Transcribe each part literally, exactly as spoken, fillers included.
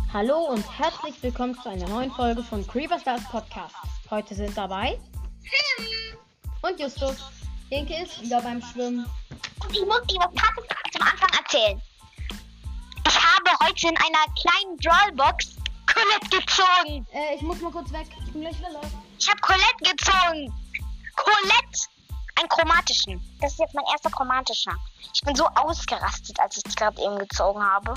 Hallo und herzlich willkommen zu einer neuen Folge von Creeper Stars Podcast. Heute sind dabei Hm. und Justus. Inke ist wieder beim Schwimmen. Und ich muss dir was Passes zum Anfang erzählen. Ich habe heute in einer kleinen Drawbox Colette gezogen. Äh, ich muss mal kurz weg. Ich bin gleich wieder da. Ich habe Colette gezogen. Colette. Einen chromatischen. Das ist jetzt mein erster chromatischer. Ich bin so ausgerastet, als ich es gerade eben gezogen habe.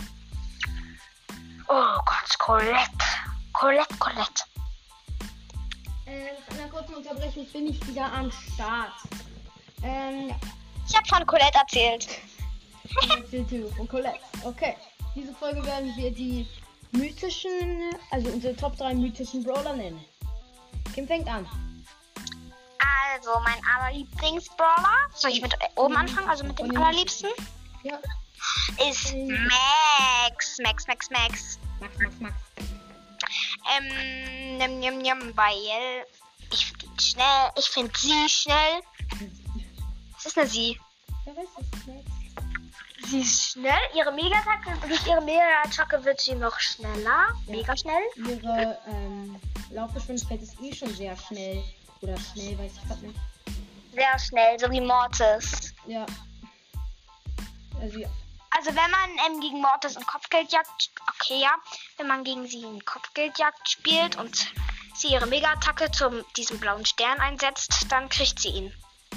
Oh Gott, Colette. Colette, Colette. Äh, nach einer kurzen Unterbrechung bin ich wieder am Start. Ähm, ja. Ich habe von Colette erzählt. Ich erzähle dir von Colette. Okay. Diese Folge werden wir die mythischen, also unsere Top drei mythischen Brawler nennen. Kim fängt an. Also, mein allerlieblings-Brawler. Soll ich mit oben anfangen? Also mit dem allerliebsten? Ja. Ist Max. Max, Max, Max. Max, Max, Max. Ähm, nimm, nimm, nimm, weil ich finde ihn schnell. Ich finde sie schnell. Was ist denn sie? Wer weiß es nicht. Sie ist schnell. Ihre Mega-Attacke, durch ihre Mega-Attacke wird sie noch schneller. Ja. Mega schnell. Ihre ähm, Laufgeschwindigkeit ist eh schon sehr schnell. Oder schnell, weiß ich gerade nicht. Sehr schnell, so wie Mortis. Ja. Also ja. Also wenn man ähm, gegen Mortis in Kopfgeldjagd, okay ja, wenn man gegen sie in Kopfgeldjagd spielt und sie ihre Mega-Attacke zu diesem blauen Stern einsetzt, dann kriegt sie ihn.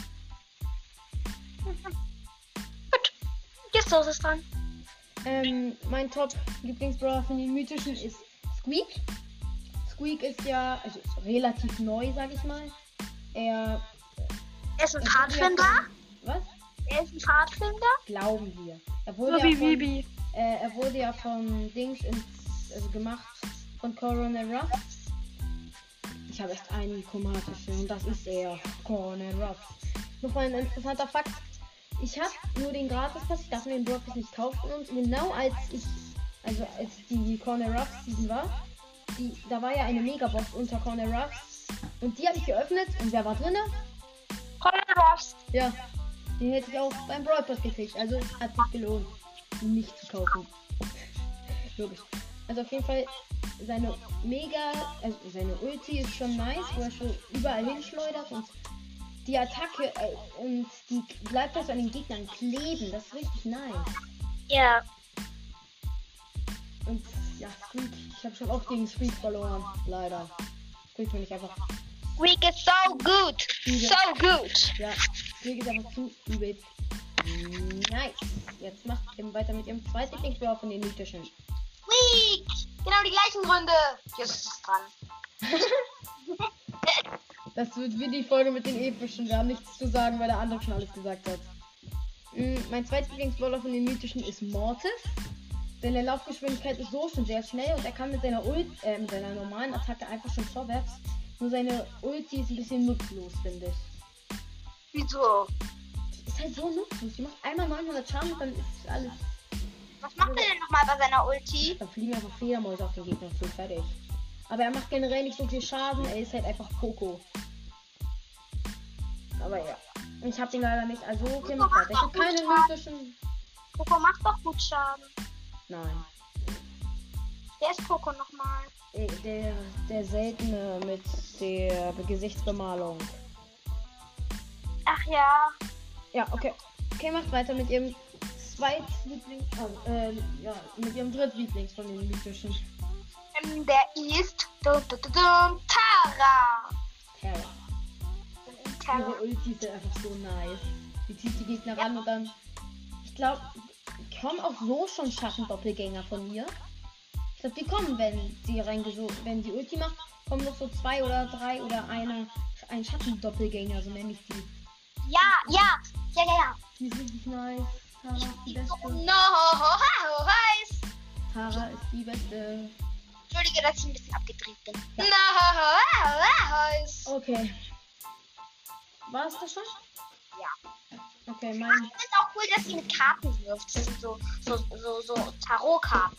Gut, jetzt los ist dran. Ähm, mein Top-Lieblingsbrawler von den mythischen ist Squeak. Squeak ist ja, also ist relativ neu, sag ich mal. Er. Er ist ein er Pfadfinder. Ja, was? Er ist ein Pfadfinder. Glauben wir. Er wurde, So ja wie von, Bibi. äh, er wurde ja von Dings ins, also gemacht von Coronel Ruff. Ich habe erst einen chromatischen und das ist er. Coronel Ruff. Nochmal ein interessanter Fakt. Ich habe nur den Gratis-Pass, ich darf mir den Broadcast nicht kaufen und genau als ich, also als die Coronel Ruff Season war, die, da war ja eine Megabox unter Coronel Ruff und die habe ich geöffnet und wer war drinne? Coronel Ruffs. Ja, den hätte ich auch beim Broadcast gekriegt, also hat sich gelohnt, ihn nicht zu kaufen. Logisch. Also auf jeden Fall, seine Mega, also seine Ulti ist schon nice, wo er schon überall hinschleudert und die Attacke, äh, und die bleibt also an den Gegnern kleben, das ist richtig nice. Ja. Und ja, Squeak, ich habe schon oft gegen Squeak verloren, leider. Squeak finde ich einfach, Squeak is so good. So good. ja, Squeak ist einfach zu übel. Nice. Jetzt macht eben weiter mit ihrem zweiten Lieblingsbrawler von den mythischen. Squeak. Genau die gleichen Gründe. Jetzt ist dran. Das wird wie die Folge mit den epischen. Wir haben nichts zu sagen, weil der andere schon alles gesagt hat. Mm, mein zweiter Lieblingsbrawler von den mythischen ist Mortis. Seine Laufgeschwindigkeit ist so schon sehr schnell und er kann mit seiner Ult, äh, mit seiner normalen Attacke einfach schon vorwärts. Nur seine Ulti ist ein bisschen nutzlos, finde ich. Wieso? Die ist halt so nutzlos. Die macht einmal neunhundert Schaden und dann ist alles. Was macht er denn nochmal bei seiner Ulti? Dann fliegen einfach Fledermäuse auf den Gegner zu, fertig. Aber er macht generell nicht so viel Schaden, er ist halt einfach Poco. Aber ja. Ich hab den leider nicht. Also okay, macht weiter. Ich hab keine mythischen. Poco macht doch gut Schaden. Nein. Wer ist Poco nochmal? Der, der, der seltene mit der Gesichtsbemalung. Ach ja. Ja, okay. Okay, macht weiter mit ihrem Zweitlieblings. Oh, äh, ja, mit ihrem Drittlieblings von den mythischen. Ähm, der ist dum, dum, dum, dum, Tara. Terra. Tara. Ihre Ulti ist einfach so nice. Die zieht die Gegner ran und dann. Ich glaube, kommen auch so schon Schattendoppelgänger von ihr. Ich glaube, die kommen, wenn die reingesucht, wenn die Ulti macht, kommen noch so zwei oder drei oder eine, ein Schattendoppelgänger, so nenne ich die. Ja, ja, ja, ja, ja. Die ist richtig nice. Tara ist die beste. No, heiß. Tara ist die beste. Entschuldige, dass ich ein bisschen abgedreht bin. Ja. No, heiß. Okay. War es das schon? Ja. Okay, Ich mein. finde es auch cool, dass sie mit Karten wirft. Das sind so, so, so, so Tarotkarten.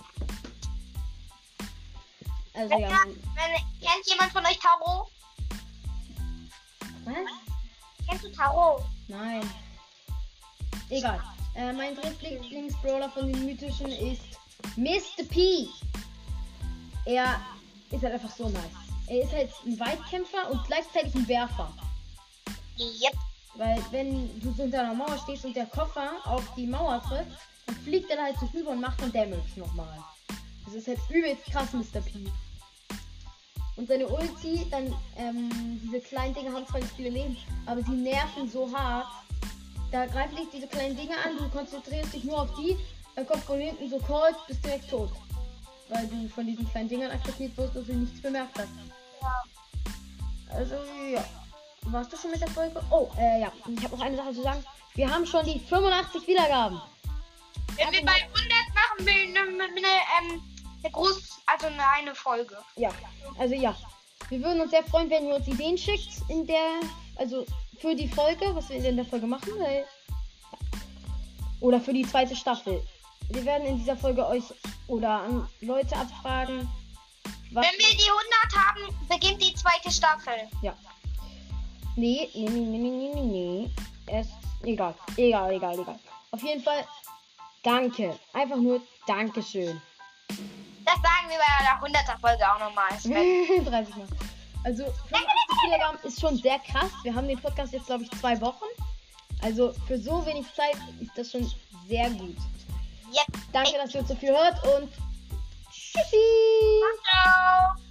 Also Wenn, ja. ja, wenn, kennt jemand von euch Tarot? Was? Kennst du Tarot? Nein. Egal. Äh, mein Drittlieblingsbrawler von den mythischen ist Mister P. er ist halt einfach so nice. Er ist halt ein Weitkämpfer und gleichzeitig ein Werfer. Yep. Weil wenn du so hinter einer Mauer stehst und der Koffer auf die Mauer trifft, dann fliegt er halt so rüber und macht dann Damage nochmal. Das ist halt übelst krass, Mister P. Und seine Ulti, dann, ähm, diese kleinen Dinge haben zwar nicht viele Leben, aber sie nerven so hart. Da greifen dich diese kleinen Dinge an, du konzentrierst dich nur auf die, dann kommt von hinten so Colt, bist direkt tot. Weil du von diesen kleinen Dingern attackiert wirst und du nichts bemerkt hast. Ja. Also, ja. Warst du schon mit der Folge? Oh, äh, ja. Ich habe noch eine Sache zu sagen. Wir haben schon die fünfundachtzig Wiedergaben. Wenn wir bei hundert machen, wir eine, eine, ähm, eine groß, also eine, eine Folge. Ja, also ja. Wir würden uns sehr freuen, wenn ihr uns Ideen schickt in der, also für die Folge, was wir in der Folge machen, weil, oder für die zweite Staffel. Wir werden in dieser Folge euch oder an Leute abfragen. Was Wenn wir die hundert haben, beginnt die zweite Staffel. Ja. Nee, nee, nee, nee, nee, nee, nee. Es, egal, egal, egal, egal. Auf jeden Fall, danke. Einfach nur Dankeschön. Das sagen wir bei der hunderter Folge auch nochmal. dreißig Mal. Also, fünfundachtzig Wiedergaben ist schon sehr krass. Wir haben den Podcast jetzt, glaube ich, zwei Wochen. Also, für so wenig Zeit ist das schon sehr gut. Yep. Danke, dass ihr uns so viel hört und tschüssi! Ciao.